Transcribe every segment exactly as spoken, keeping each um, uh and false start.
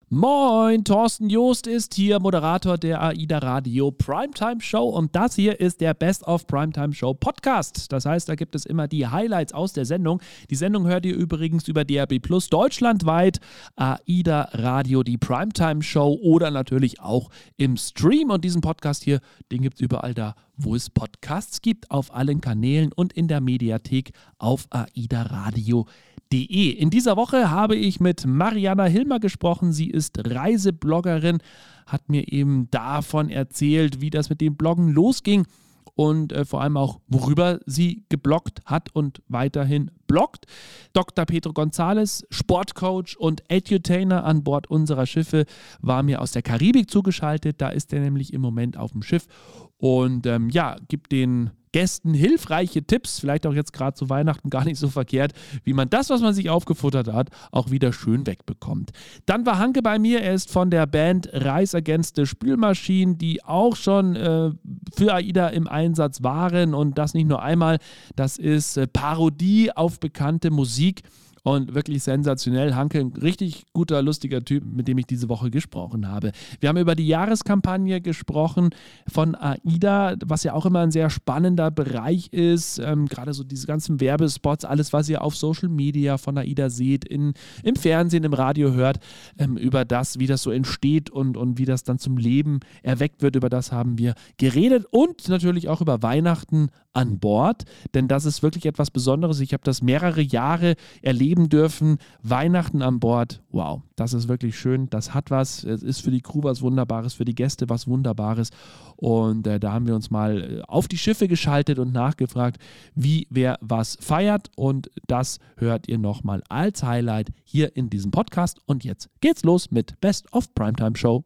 Moin, Thorsten Joost ist hier, Moderator der AIDA Radio Primetime Show und das hier ist der Best of Primetime Show Podcast. Das heißt, da gibt es immer die Highlights aus der Sendung. Die Sendung hört ihr übrigens über D R B Plus deutschlandweit, AIDA Radio, die Primetime Show oder natürlich auch im Stream. Und diesen Podcast hier, den gibt es überall da, wo es Podcasts gibt, auf allen Kanälen und in der Mediathek auf aidaradio punkt de. In dieser Woche habe ich mit Mariana Hilmer gesprochen. Sie ist Reisebloggerin, hat mir eben davon erzählt, wie das mit dem Bloggen losging und äh, vor allem auch, worüber sie gebloggt hat und weiterhin bloggt. Doktor Pedro González, Sportcoach und Edutainer an Bord unserer Schiffe, war mir aus der Karibik zugeschaltet. Da ist er nämlich im Moment auf dem Schiff und ähm, ja, gibt den Gästen hilfreiche Tipps, vielleicht auch jetzt gerade zu Weihnachten gar nicht so verkehrt, wie man das, was man sich aufgefuttert hat, auch wieder schön wegbekommt. Dann war Hanke bei mir, er ist von der Band Rise Against the Spülmaschinen, die auch schon äh, für AIDA im Einsatz waren und das nicht nur einmal, das ist äh, Parodie auf bekannte Musik. Und wirklich sensationell. Hanke, ein richtig guter, lustiger Typ, mit dem ich diese Woche gesprochen habe. Wir haben über die Jahreskampagne gesprochen von AIDA, was ja auch immer ein sehr spannender Bereich ist. Ähm, gerade so diese ganzen Werbespots, alles, was ihr auf Social Media von AIDA seht, in, im Fernsehen, im Radio hört, ähm, über das, wie das so entsteht und, und wie das dann zum Leben erweckt wird. Über das haben wir geredet und natürlich auch über Weihnachten an Bord, denn das ist wirklich etwas Besonderes. Ich habe das mehrere Jahre erleben dürfen. Weihnachten an Bord, wow, das ist wirklich schön. Das hat was. Es ist für die Crew was Wunderbares, für die Gäste was Wunderbares. Und äh, da haben wir uns mal auf die Schiffe geschaltet und nachgefragt, wie wer was feiert. Und das hört ihr nochmal als Highlight hier in diesem Podcast. Und jetzt geht's los mit Best of Primetime Show.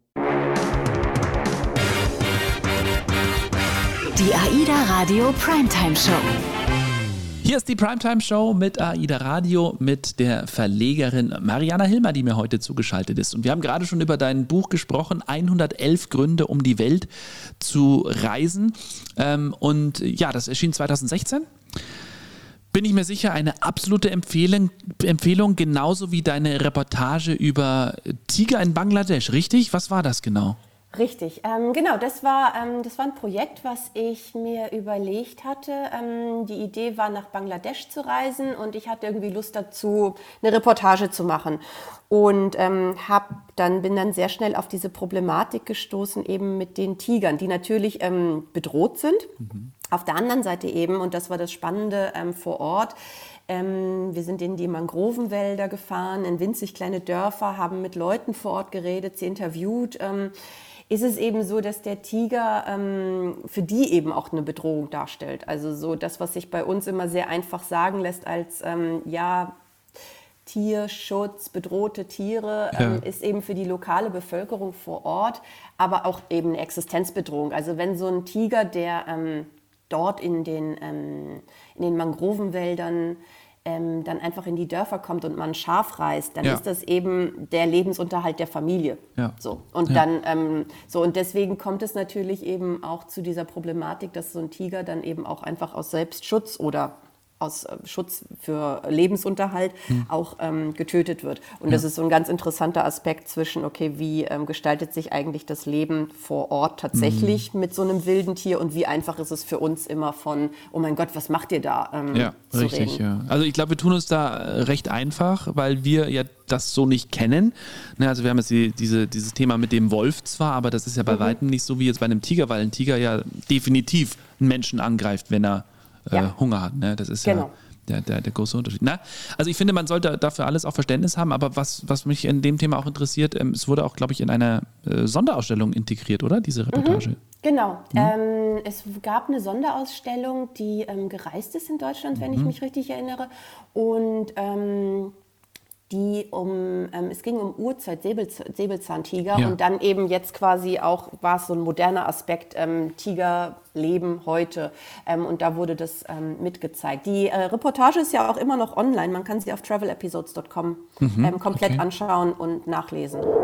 Die AIDA Radio Primetime Show. Hier ist die Primetime Show mit AIDA Radio, mit der Verlegerin Mariana Hilmer, die mir heute zugeschaltet ist. Und wir haben gerade schon über dein Buch gesprochen, hundertelf Gründe, um die Welt zu reisen. Und ja, das erschien zwanzig sechzehn. Bin ich mir sicher, eine absolute Empfehlung, Empfehlung, genauso wie deine Reportage über Tiger in Bangladesch, richtig? Was war das genau? Richtig, ähm, genau, das war, ähm, das war ein Projekt, was ich mir überlegt hatte. Ähm, die Idee war, nach Bangladesch zu reisen und ich hatte irgendwie Lust dazu, eine Reportage zu machen. Und ähm, hab dann, bin dann sehr schnell auf diese Problematik gestoßen, eben mit den Tigern, die natürlich ähm, bedroht sind. Mhm. Auf der anderen Seite eben, und das war das Spannende ähm, vor Ort, Ähm, wir sind in die Mangrovenwälder gefahren, in winzig kleine Dörfer, haben mit Leuten vor Ort geredet, sie interviewt. Ähm, ist es eben so, dass der Tiger ähm, für die eben auch eine Bedrohung darstellt. Also so das, was sich bei uns immer sehr einfach sagen lässt als ähm, ja, Tierschutz, bedrohte Tiere, ähm, ja. ist eben für die lokale Bevölkerung vor Ort, aber auch eben eine Existenzbedrohung. Also wenn so ein Tiger, der ähm, dort in den, ähm, in den Mangrovenwäldern ähm, dann einfach in die Dörfer kommt und man ein Schaf reißt, dann ja. ist das eben der Lebensunterhalt der Familie. Ja. So. Und ja. dann ähm, so und deswegen kommt es natürlich eben auch zu dieser Problematik, dass so ein Tiger dann eben auch einfach aus Selbstschutz oder aus äh, Schutz für Lebensunterhalt hm. auch ähm, getötet wird. Und ja. das ist so ein ganz interessanter Aspekt zwischen, okay, wie ähm, gestaltet sich eigentlich das Leben vor Ort tatsächlich hm. mit so einem wilden Tier und wie einfach ist es für uns immer von, oh mein Gott, was macht ihr da? Ähm, ja, zu richtig, reden. ja. Also ich glaube, wir tun uns da recht einfach, weil wir ja das so nicht kennen. Ne, also wir haben jetzt die, diese, dieses Thema mit dem Wolf zwar, aber das ist ja bei mhm. weitem nicht so wie jetzt bei einem Tiger, weil ein Tiger ja definitiv einen Menschen angreift, wenn er Äh, ja. Hunger hat. Ne? Das ist genau. ja der, der, der große Unterschied. Na, also ich finde, man sollte dafür alles auch Verständnis haben, aber was, was mich in dem Thema auch interessiert, ähm, es wurde auch, glaube ich, in einer äh, Sonderausstellung integriert, oder? Diese Reportage. Mhm. Genau. Mhm. Ähm, es gab eine Sonderausstellung, die ähm, gereist ist in Deutschland, wenn mhm. ich mich richtig erinnere. Und ähm, die um, ähm, es ging um Urzeit, Säbelz- Säbelzahntiger ja. und dann eben jetzt quasi auch, war es so ein moderner Aspekt, ähm, Tiger leben heute ähm, und da wurde das ähm, mitgezeigt. Die äh, Reportage ist ja auch immer noch online, man kann sie auf travel episodes dot com mhm. ähm, komplett okay. anschauen und nachlesen.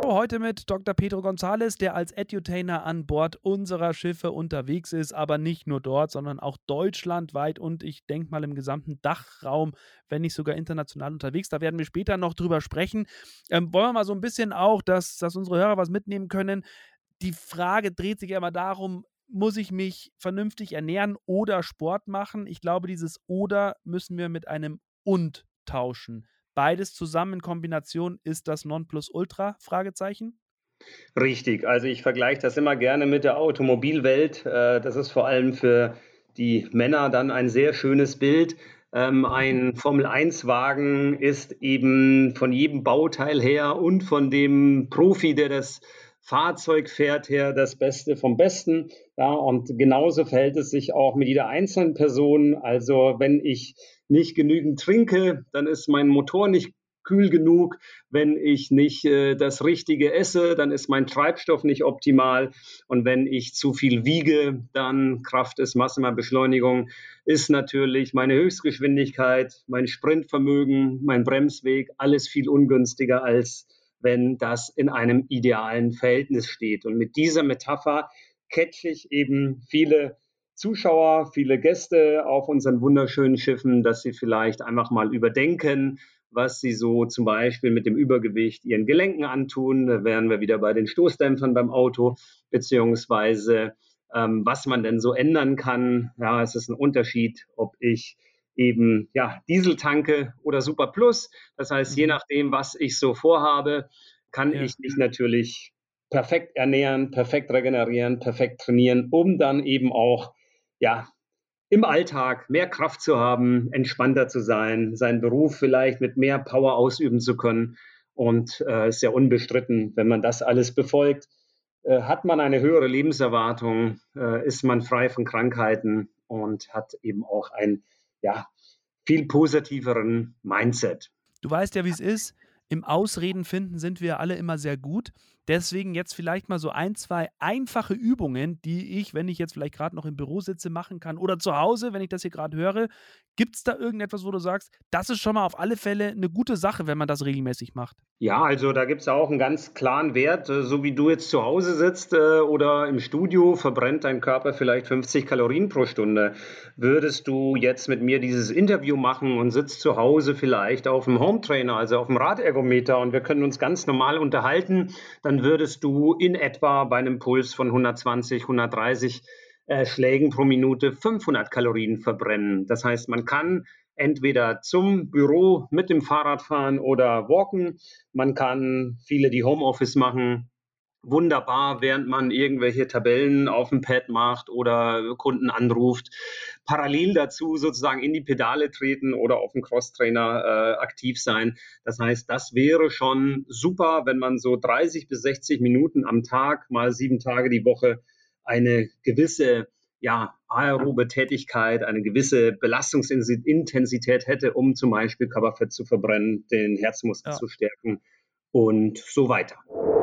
Heute mit Doktor Pedro González, der als Edutainer an Bord unserer Schiffe unterwegs ist, aber nicht nur dort, sondern auch deutschlandweit und ich denke mal im gesamten Dachraum, wenn nicht sogar international unterwegs. Da werden wir später noch drüber sprechen. Ähm, wollen wir mal so ein bisschen auch, dass, dass unsere Hörer was mitnehmen können. Die Frage dreht sich ja immer darum, muss ich mich vernünftig ernähren oder Sport machen? Ich glaube, dieses oder müssen wir mit einem und tauschen. Beides zusammen in Kombination ist das Nonplusultra? Fragezeichen. Richtig, also ich vergleiche das immer gerne mit der Automobilwelt. Äh, Das ist vor allem für die Männer dann ein sehr schönes Bild. Ähm, Ein Formel eins Wagen ist eben von jedem Bauteil her und von dem Profi, der das Fahrzeug fährt, her das Beste vom Besten. Ja, und genauso verhält es sich auch mit jeder einzelnen Person. Also wenn ich nicht genügend trinke, dann ist mein Motor nicht kühl genug. Wenn ich nicht äh, das Richtige esse, dann ist mein Treibstoff nicht optimal. Und wenn ich zu viel wiege, dann Kraft ist Masse mal Beschleunigung, ist natürlich meine Höchstgeschwindigkeit, mein Sprintvermögen, mein Bremsweg, alles viel ungünstiger, als wenn das in einem idealen Verhältnis steht. Und mit dieser Metapher catche ich eben viele Zuschauer, viele Gäste auf unseren wunderschönen Schiffen, dass sie vielleicht einfach mal überdenken, was sie so zum Beispiel mit dem Übergewicht ihren Gelenken antun. Da wären wir wieder bei den Stoßdämpfern beim Auto, beziehungsweise ähm, was man denn so ändern kann. Ja, es ist ein Unterschied, ob ich eben ja, Diesel tanke oder Super Plus. Das heißt, je nachdem, was ich so vorhabe, kann Ja. ich mich natürlich perfekt ernähren, perfekt regenerieren, perfekt trainieren, um dann eben auch ja, im Alltag mehr Kraft zu haben, entspannter zu sein, seinen Beruf vielleicht mit mehr Power ausüben zu können. Und es äh, ist ja unbestritten, wenn man das alles befolgt, äh, hat man eine höhere Lebenserwartung, äh, ist man frei von Krankheiten und hat eben auch ein ja, viel positiveren Mindset. Du weißt ja, wie es ist. Im Ausreden finden sind wir alle immer sehr gut. Deswegen jetzt vielleicht mal so ein, zwei einfache Übungen, die ich, wenn ich jetzt vielleicht gerade noch im Büro sitze, machen kann oder zu Hause, wenn ich das hier gerade höre. Gibt es da irgendetwas, wo du sagst, das ist schon mal auf alle Fälle eine gute Sache, wenn man das regelmäßig macht? Ja, also da gibt es auch einen ganz klaren Wert. So wie du jetzt zu Hause sitzt äh, oder im Studio, verbrennt dein Körper vielleicht fünfzig Kalorien pro Stunde. Würdest du jetzt mit mir dieses Interview machen und sitzt zu Hause vielleicht auf dem Hometrainer, also auf dem Radergometer und wir können uns ganz normal unterhalten, dann würdest du in etwa bei einem Puls von hundertzwanzig, hundertdreißig äh, Schlägen pro Minute fünfhundert Kalorien verbrennen. Das heißt, man kann entweder zum Büro mit dem Fahrrad fahren oder walken. Man kann, viele, die Homeoffice machen, wunderbar, während man irgendwelche Tabellen auf dem Pad macht oder Kunden anruft, parallel dazu sozusagen in die Pedale treten oder auf dem Crosstrainer äh, aktiv sein. Das heißt, das wäre schon super, wenn man so dreißig bis sechzig Minuten am Tag, mal sieben Tage die Woche, eine gewisse ja, aerobe Tätigkeit, eine gewisse Belastungsintensität hätte, um zum Beispiel Körperfett zu verbrennen, den Herzmuskel ja. zu stärken und so weiter.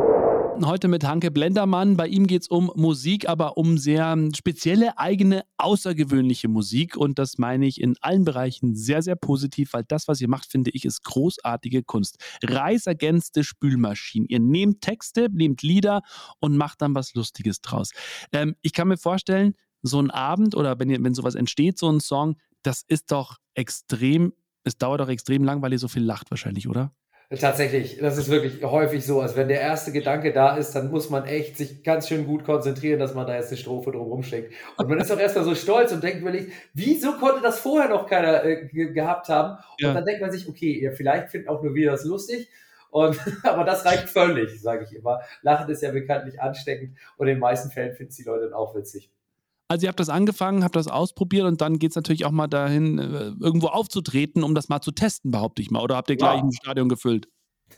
Heute mit Hanke Blendermann. Bei ihm geht es um Musik, aber um sehr spezielle, eigene, außergewöhnliche Musik. Und das meine ich in allen Bereichen sehr, sehr positiv, weil das, was ihr macht, finde ich, ist großartige Kunst. Reißergänzte Spülmaschinen. Ihr nehmt Texte, nehmt Lieder und macht dann was Lustiges draus. Ähm, ich kann mir vorstellen, so ein Abend oder wenn, ihr, wenn sowas entsteht, so ein Song, das ist doch extrem, es dauert doch extrem lang, weil ihr so viel lacht wahrscheinlich, oder? Tatsächlich, das ist wirklich häufig so, als wenn der erste Gedanke da ist, dann muss man echt sich ganz schön gut konzentrieren, dass man da jetzt eine Strophe drum rumschlägt. Und man ist auch erstmal so stolz und denkt wirklich, wieso konnte das vorher noch keiner äh, ge- gehabt haben? Und ja. dann denkt man sich, okay, ja, vielleicht finden auch nur wir das lustig. Und, aber das reicht völlig, sage ich immer. Lachen ist ja bekanntlich ansteckend und in den meisten Fällen finden es die Leute dann auch witzig. Also ihr habt das angefangen, habt das ausprobiert und dann geht es natürlich auch mal dahin, irgendwo aufzutreten, um das mal zu testen, behaupte ich mal. Oder habt ihr gleich wow. ein Stadion gefüllt?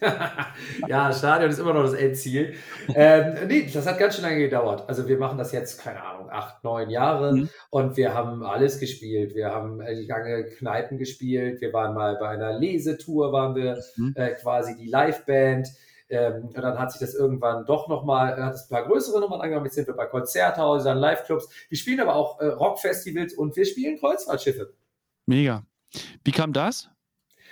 Ja, das Stadion ist immer noch das Endziel. ähm, nee, das hat ganz schön lange gedauert. Also wir machen das jetzt, keine Ahnung, acht, neun Jahre mhm. und wir haben alles gespielt. Wir haben lange Kneipen gespielt. Wir waren mal bei einer Lesetour, waren wir mhm. äh, quasi die Liveband. Ähm, und dann hat sich das irgendwann doch nochmal, hat es ein paar größere Nummern angenommen. Jetzt sind wir bei Konzerthäusern, Liveclubs. Wir spielen aber auch äh, Rockfestivals und wir spielen Kreuzfahrtschiffe. Mega. Wie kam das?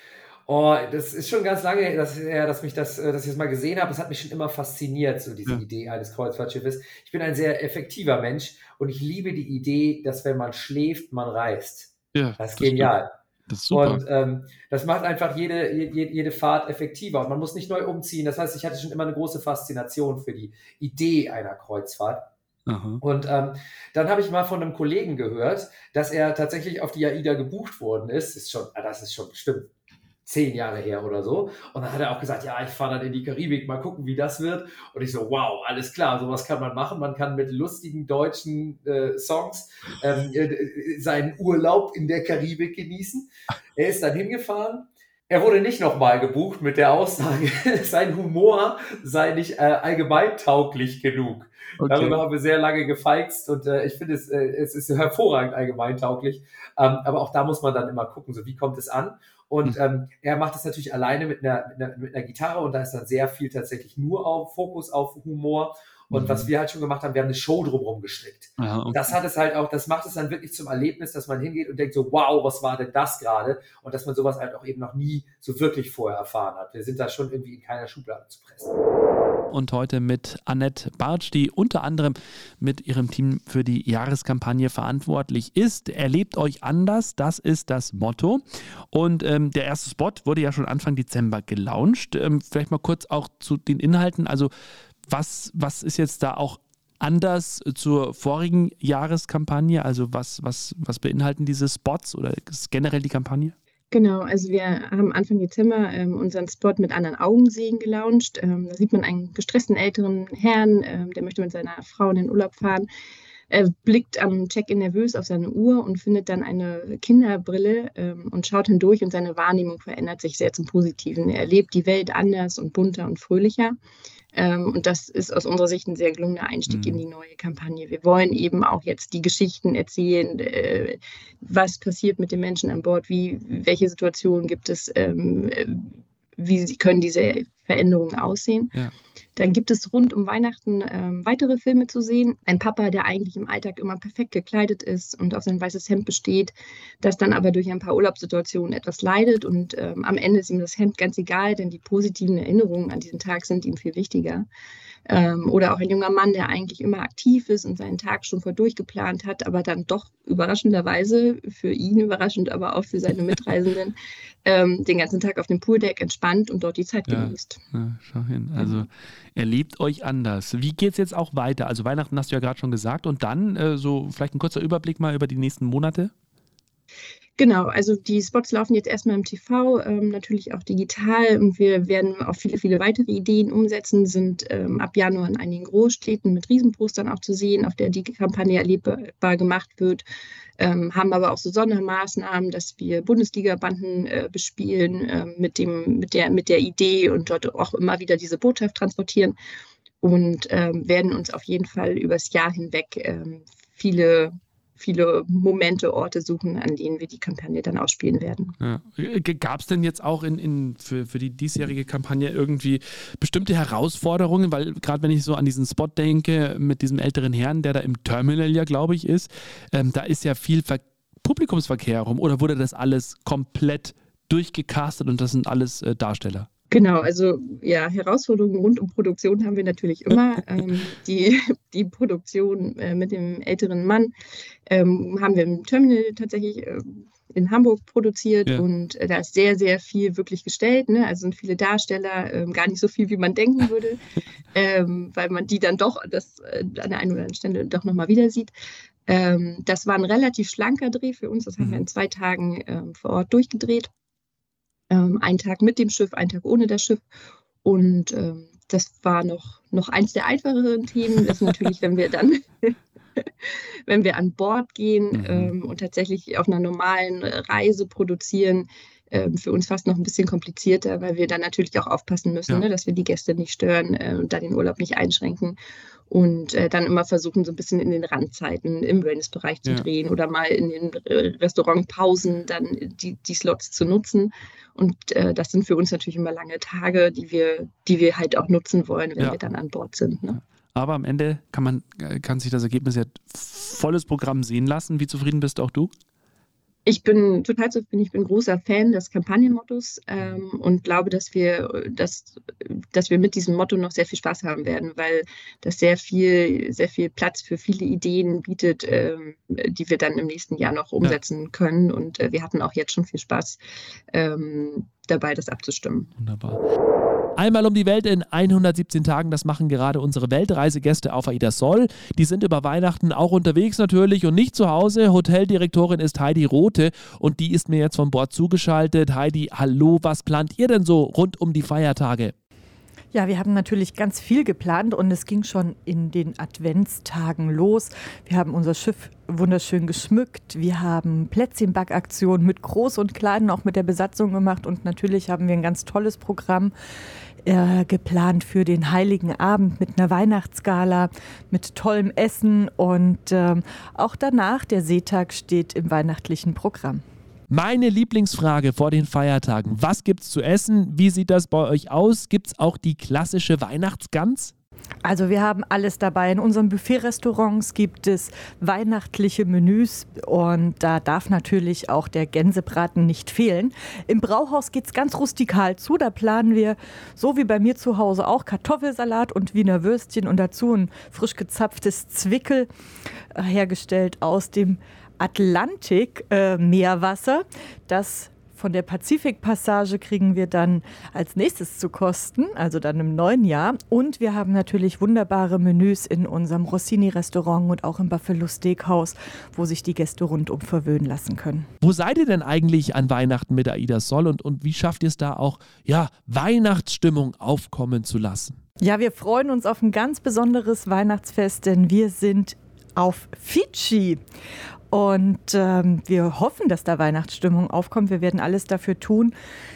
Oh, das ist schon ganz lange, dass, ja, dass, mich das, dass ich das mal gesehen habe. Es hat mich schon immer fasziniert, so diese ja. Idee eines Kreuzfahrtschiffes. Ich bin ein sehr effektiver Mensch und ich liebe die Idee, dass wenn man schläft, man reist. Ja, das ist das genial. Stimmt. Das ist super. Und ähm, das macht einfach jede, jede, jede Fahrt effektiver. Und man muss nicht neu umziehen. Das heißt, ich hatte schon immer eine große Faszination für die Idee einer Kreuzfahrt. Aha. Und ähm, dann habe ich mal von einem Kollegen gehört, dass er tatsächlich auf die AIDA gebucht worden ist. ist schon, das ist schon bestimmt zehn Jahre her oder so. Und dann hat er auch gesagt, ja, ich fahre dann in die Karibik, mal gucken, wie das wird. Und ich so, wow, alles klar, sowas kann man machen. Man kann mit lustigen deutschen äh, Songs ähm, äh, seinen Urlaub in der Karibik genießen. Er ist dann hingefahren. Er wurde nicht nochmal gebucht mit der Aussage, sein Humor sei nicht äh, allgemeintauglich genug. Okay. Darüber haben wir sehr lange gefeixt und äh, ich finde, es, äh, es ist hervorragend allgemeintauglich. Ähm, aber auch da muss man dann immer gucken, so wie kommt es an? Und ähm, er macht das natürlich alleine mit einer, mit, einer, mit einer Gitarre und da ist dann sehr viel tatsächlich nur auf Fokus auf Humor. Und mhm. was wir halt schon gemacht haben, wir haben eine Show drumherum gestrickt. Aha, okay. Das hat es halt auch, das macht es dann wirklich zum Erlebnis, dass man hingeht und denkt so, wow, was war denn das gerade? Und dass man sowas halt auch eben noch nie so wirklich vorher erfahren hat. Wir sind da schon irgendwie in keiner Schublade zu pressen. Und heute mit Annette Bartsch, die unter anderem mit ihrem Team für die Jahreskampagne verantwortlich ist. Erlebt euch anders, das ist das Motto. Und ähm, der erste Spot wurde ja schon Anfang Dezember gelauncht. Ähm, vielleicht mal kurz auch zu den Inhalten. Also was, was ist jetzt da auch anders zur vorigen Jahreskampagne? Also was, was, was beinhalten diese Spots oder ist generell die Kampagne? Genau, also wir haben Anfang Dezember ähm, unseren Spot mit anderen Augen sehen gelauncht. Ähm, da sieht man einen gestressten älteren Herrn, ähm, der möchte mit seiner Frau in den Urlaub fahren. Er blickt am Check-in nervös auf seine Uhr und findet dann eine Kinderbrille ähm, und schaut hindurch und seine Wahrnehmung verändert sich sehr zum Positiven. Er erlebt die Welt anders und bunter und fröhlicher. Ähm, und das ist aus unserer Sicht ein sehr gelungener Einstieg mhm. in die neue Kampagne. Wir wollen eben auch jetzt die Geschichten erzählen, äh, was passiert mit den Menschen an Bord, wie, welche Situationen gibt es, ähm, wie sie, können diese Veränderungen aussehen. Ja. Dann gibt es rund um Weihnachten ähm, weitere Filme zu sehen. Ein Papa, der eigentlich im Alltag immer perfekt gekleidet ist und auf sein weißes Hemd besteht, das dann aber durch ein paar Urlaubssituationen etwas leidet und ähm, am Ende ist ihm das Hemd ganz egal, denn die positiven Erinnerungen an diesen Tag sind ihm viel wichtiger. Ähm, oder auch ein junger Mann, der eigentlich immer aktiv ist und seinen Tag schon voll durchgeplant hat, aber dann doch überraschenderweise, für ihn überraschend, aber auch für seine Mitreisenden, ähm, den ganzen Tag auf dem Pooldeck entspannt und dort die Zeit ja, genießt. Ja, schau hin. Also erlebt euch anders. Wie geht es jetzt auch weiter? Also Weihnachten hast du ja gerade schon gesagt und dann äh, so vielleicht ein kurzer Überblick mal über die nächsten Monate? Genau, also die Spots laufen jetzt erstmal im T V, ähm, natürlich auch digital und wir werden auch viele, viele weitere Ideen umsetzen, sind ähm, ab Januar in einigen Großstädten mit Riesenpostern auch zu sehen, auf der die Kampagne erlebbar gemacht wird, ähm, haben aber auch so Sondermaßnahmen, dass wir Bundesliga-Banden äh, bespielen äh, mit, dem, mit, der, mit der Idee und dort auch immer wieder diese Botschaft transportieren und ähm, werden uns auf jeden Fall übers Jahr hinweg ähm, viele viele Momente, Orte suchen, an denen wir die Kampagne dann ausspielen werden. Ja. Gab es denn jetzt auch in, in, für, für die diesjährige Kampagne irgendwie bestimmte Herausforderungen? Weil gerade wenn ich so an diesen Spot denke, mit diesem älteren Herrn, der da im Terminal ja, glaube ich, ist, ähm, da ist ja viel Ver- Publikumsverkehr rum. Oder wurde das alles komplett durchgecastet und das sind alles äh, Darsteller? Genau, also ja, Herausforderungen rund um Produktion haben wir natürlich immer. ähm, die, die Produktion äh, mit dem älteren Mann ähm, haben wir im Terminal tatsächlich äh, in Hamburg produziert ja. und äh, da ist sehr, sehr viel wirklich gestellt. Ne? Also sind viele Darsteller, äh, gar nicht so viel, wie man denken würde, ähm, weil man die dann doch das, äh, an der einen oder anderen Stelle doch nochmal wieder sieht. Ähm, das war ein relativ schlanker Dreh für uns, das haben mhm. wir in zwei Tagen äh, vor Ort durchgedreht. Ähm, einen Tag mit dem Schiff, einen Tag ohne das Schiff. Und ähm, das war noch, noch eins der einfacheren Themen. Das ist natürlich, wenn wir dann, wenn wir an Bord gehen mhm. ähm, und tatsächlich auf einer normalen Reise produzieren, ähm, für uns fast noch ein bisschen komplizierter, weil wir dann natürlich auch aufpassen müssen, ja. ne, dass wir die Gäste nicht stören äh, und da den Urlaub nicht einschränken. Und äh, dann immer versuchen, so ein bisschen in den Randzeiten im Wellnessbereich zu ja. drehen oder mal in den Restaurantpausen dann die, die Slots zu nutzen. Und äh, das sind für uns natürlich immer lange Tage, die wir, die wir halt auch nutzen wollen, wenn ja. wir dann an Bord sind. Ne? Aber am Ende kann man, kann sich das Ergebnis ja volles Programm sehen lassen. Wie zufrieden bist auch du? Ich bin total zufrieden. Ich bin großer Fan des Kampagnenmottos ähm, und glaube, dass wir, dass, dass wir mit diesem Motto noch sehr viel Spaß haben werden, weil das sehr viel, sehr viel Platz für viele Ideen bietet, ähm, die wir dann im nächsten Jahr noch umsetzen ja. können. Und äh, wir hatten auch jetzt schon viel Spaß ähm, dabei, das abzustimmen. Wunderbar. Einmal um die Welt in hundertsiebzehn Tagen, das machen gerade unsere Weltreisegäste auf AIDA Sol. Die sind über Weihnachten auch unterwegs natürlich und nicht zu Hause. Hoteldirektorin ist Heidi Rothe und die ist mir jetzt von Bord zugeschaltet. Heidi, hallo, was plant ihr denn so rund um die Feiertage? Ja, wir haben natürlich ganz viel geplant und es ging schon in den Adventstagen los. Wir haben unser Schiff wunderschön geschmückt. Wir haben Plätzchenbackaktionen mit Groß und Kleinen, auch mit der Besatzung gemacht. Und natürlich haben wir ein ganz tolles Programm äh, geplant für den Heiligen Abend mit einer Weihnachtsgala, mit tollem Essen. Und äh, auch danach, der Seetag steht im weihnachtlichen Programm. Meine Lieblingsfrage vor den Feiertagen. Was gibt's zu essen? Wie sieht das bei euch aus? Gibt's auch die klassische Weihnachtsgans? Also wir haben alles dabei. In unseren Buffet-Restaurants gibt es weihnachtliche Menüs und da darf natürlich auch der Gänsebraten nicht fehlen. Im Brauhaus geht es ganz rustikal zu. Da planen wir, so wie bei mir zu Hause auch, Kartoffelsalat und Wiener Würstchen und dazu ein frisch gezapftes Zwickel, äh, hergestellt aus dem Atlantik äh, Meerwasser. Das von der Pazifikpassage kriegen wir dann als nächstes zu kosten, also dann im neuen Jahr. Und wir haben natürlich wunderbare Menüs in unserem Rossini-Restaurant und auch im Buffalo Steakhouse, wo sich die Gäste rundum verwöhnen lassen können. Wo seid ihr denn eigentlich an Weihnachten mit AIDA Sol und, und wie schafft ihr es da auch, ja, Weihnachtsstimmung aufkommen zu lassen? Ja, wir freuen uns auf ein ganz besonderes Weihnachtsfest, denn wir sind auf Fidschi. Und ähm, wir hoffen, dass da Weihnachtsstimmung aufkommt. Wir werden alles dafür tun,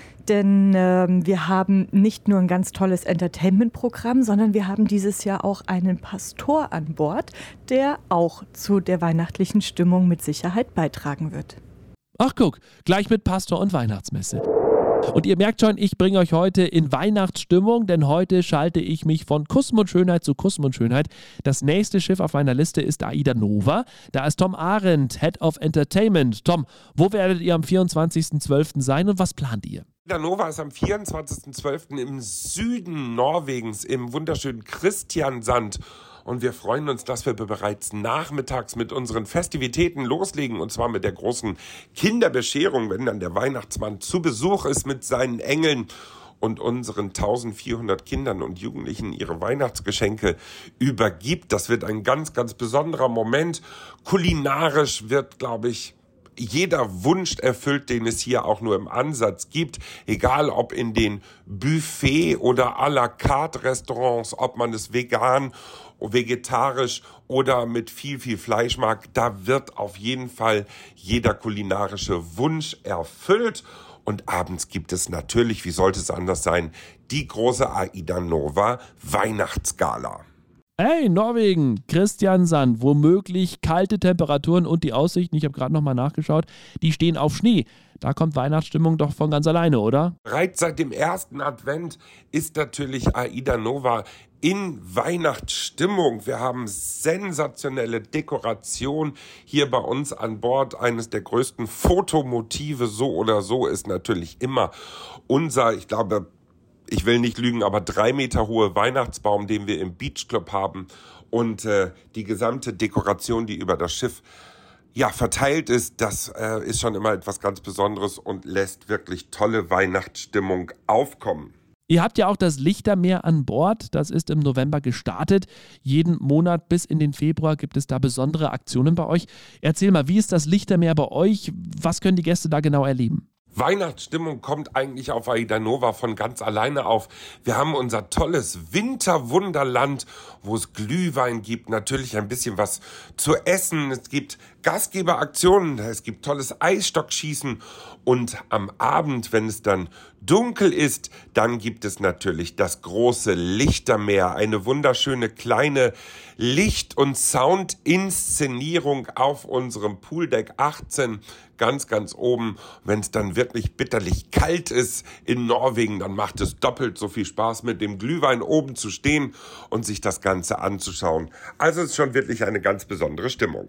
denn ähm, wir haben nicht nur ein ganz tolles Entertainment-Programm, sondern wir haben dieses Jahr auch einen Pastor an Bord, der auch zu der weihnachtlichen Stimmung mit Sicherheit beitragen wird. Ach guck, gleich mit Pastor und Weihnachtsmesse. Und ihr merkt schon, ich bringe euch heute in Weihnachtsstimmung, denn heute schalte ich mich von Kusmund Schönheit zu Kusmund Schönheit. Das nächste Schiff auf meiner Liste ist AIDA Nova. Da ist Tom Arendt, Head of Entertainment. Tom, wo werdet ihr am vierundzwanzigsten zwölften sein und was plant ihr? AIDA Nova ist am vierundzwanzigsten zwölften im Süden Norwegens, im wunderschönen Kristiansand. Und wir freuen uns, dass wir bereits nachmittags mit unseren Festivitäten loslegen. Und zwar mit der großen Kinderbescherung, wenn dann der Weihnachtsmann zu Besuch ist mit seinen Engeln und unseren eintausendvierhundert Kindern und Jugendlichen ihre Weihnachtsgeschenke übergibt. Das wird ein ganz, ganz besonderer Moment. Kulinarisch wird, glaube ich, jeder Wunsch erfüllt, den es hier auch nur im Ansatz gibt, egal ob in den Buffet- oder à la carte Restaurants, ob man es vegan, vegetarisch oder mit viel, viel Fleisch mag, da wird auf jeden Fall jeder kulinarische Wunsch erfüllt. Und abends gibt es natürlich, wie sollte es anders sein, die große AIDA Nova Weihnachtsgala. Hey, Norwegen, Kristiansand, womöglich kalte Temperaturen und die Aussichten, ich habe gerade nochmal nachgeschaut, die stehen auf Schnee. Da kommt Weihnachtsstimmung doch von ganz alleine, oder? Bereits seit dem ersten Advent ist natürlich AIDA Nova in Weihnachtsstimmung. Wir haben sensationelle Dekoration hier bei uns an Bord. Eines der größten Fotomotive, so oder so, ist natürlich immer unser, ich glaube, ich will nicht lügen, aber drei Meter hohe Weihnachtsbaum, den wir im Beach Club haben. Und äh, die gesamte Dekoration, die über das Schiff ja verteilt ist, das äh, ist schon immer etwas ganz Besonderes und lässt wirklich tolle Weihnachtsstimmung aufkommen. Ihr habt ja auch das Lichtermeer an Bord. Das ist im November gestartet. Jeden Monat bis in den Februar gibt es da besondere Aktionen bei euch. Erzähl mal, wie ist das Lichtermeer bei euch? Was können die Gäste da genau erleben? Weihnachtsstimmung kommt eigentlich auf AIDA Nova von ganz alleine auf. Wir haben unser tolles Winterwunderland, wo es Glühwein gibt, natürlich ein bisschen was zu essen. Es gibt Gastgeberaktionen, es gibt tolles Eisstockschießen und am Abend, wenn es dann dunkel ist, dann gibt es natürlich das große Lichtermeer, eine wunderschöne kleine Licht- und Soundinszenierung auf unserem Pooldeck achtzehn, ganz, ganz oben. Wenn es dann wirklich bitterlich kalt ist in Norwegen, dann macht es doppelt so viel Spaß, mit dem Glühwein oben zu stehen und sich das Ganze anzuschauen. Also es ist schon wirklich eine ganz besondere Stimmung.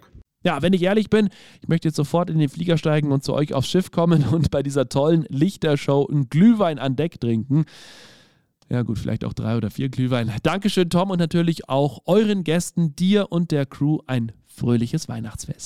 Ja, wenn ich ehrlich bin, ich möchte jetzt sofort in den Flieger steigen und zu euch aufs Schiff kommen und bei dieser tollen Lichtershow einen Glühwein an Deck trinken. Ja gut, vielleicht auch drei oder vier Glühwein. Dankeschön, Tom, und natürlich auch euren Gästen, dir und der Crew ein fröhliches Weihnachtsfest.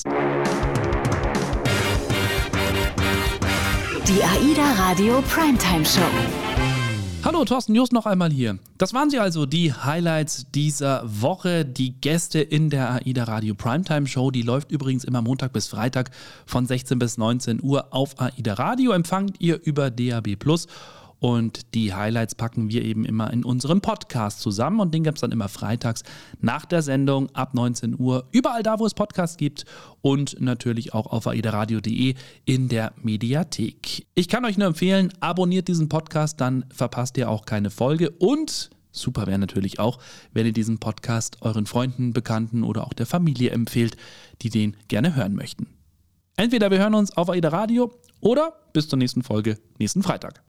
Die AIDA Radio Primetime Show. Hallo, Thorsten Jost noch einmal hier. Das waren sie also, die Highlights dieser Woche, die Gäste in der AIDA Radio Primetime Show. Die läuft übrigens immer Montag bis Freitag von sechzehn bis neunzehn Uhr auf AIDA Radio. Empfangt ihr über D A B plus. Und die Highlights packen wir eben immer in unserem Podcast zusammen und den gibt es dann immer freitags nach der Sendung ab neunzehn Uhr, überall da, wo es Podcasts gibt und natürlich auch auf aidaradio punkt de in der Mediathek. Ich kann euch nur empfehlen, abonniert diesen Podcast, dann verpasst ihr auch keine Folge und super wäre natürlich auch, wenn ihr diesen Podcast euren Freunden, Bekannten oder auch der Familie empfehlt, die den gerne hören möchten. Entweder wir hören uns auf AIDA Radio oder bis zur nächsten Folge nächsten Freitag.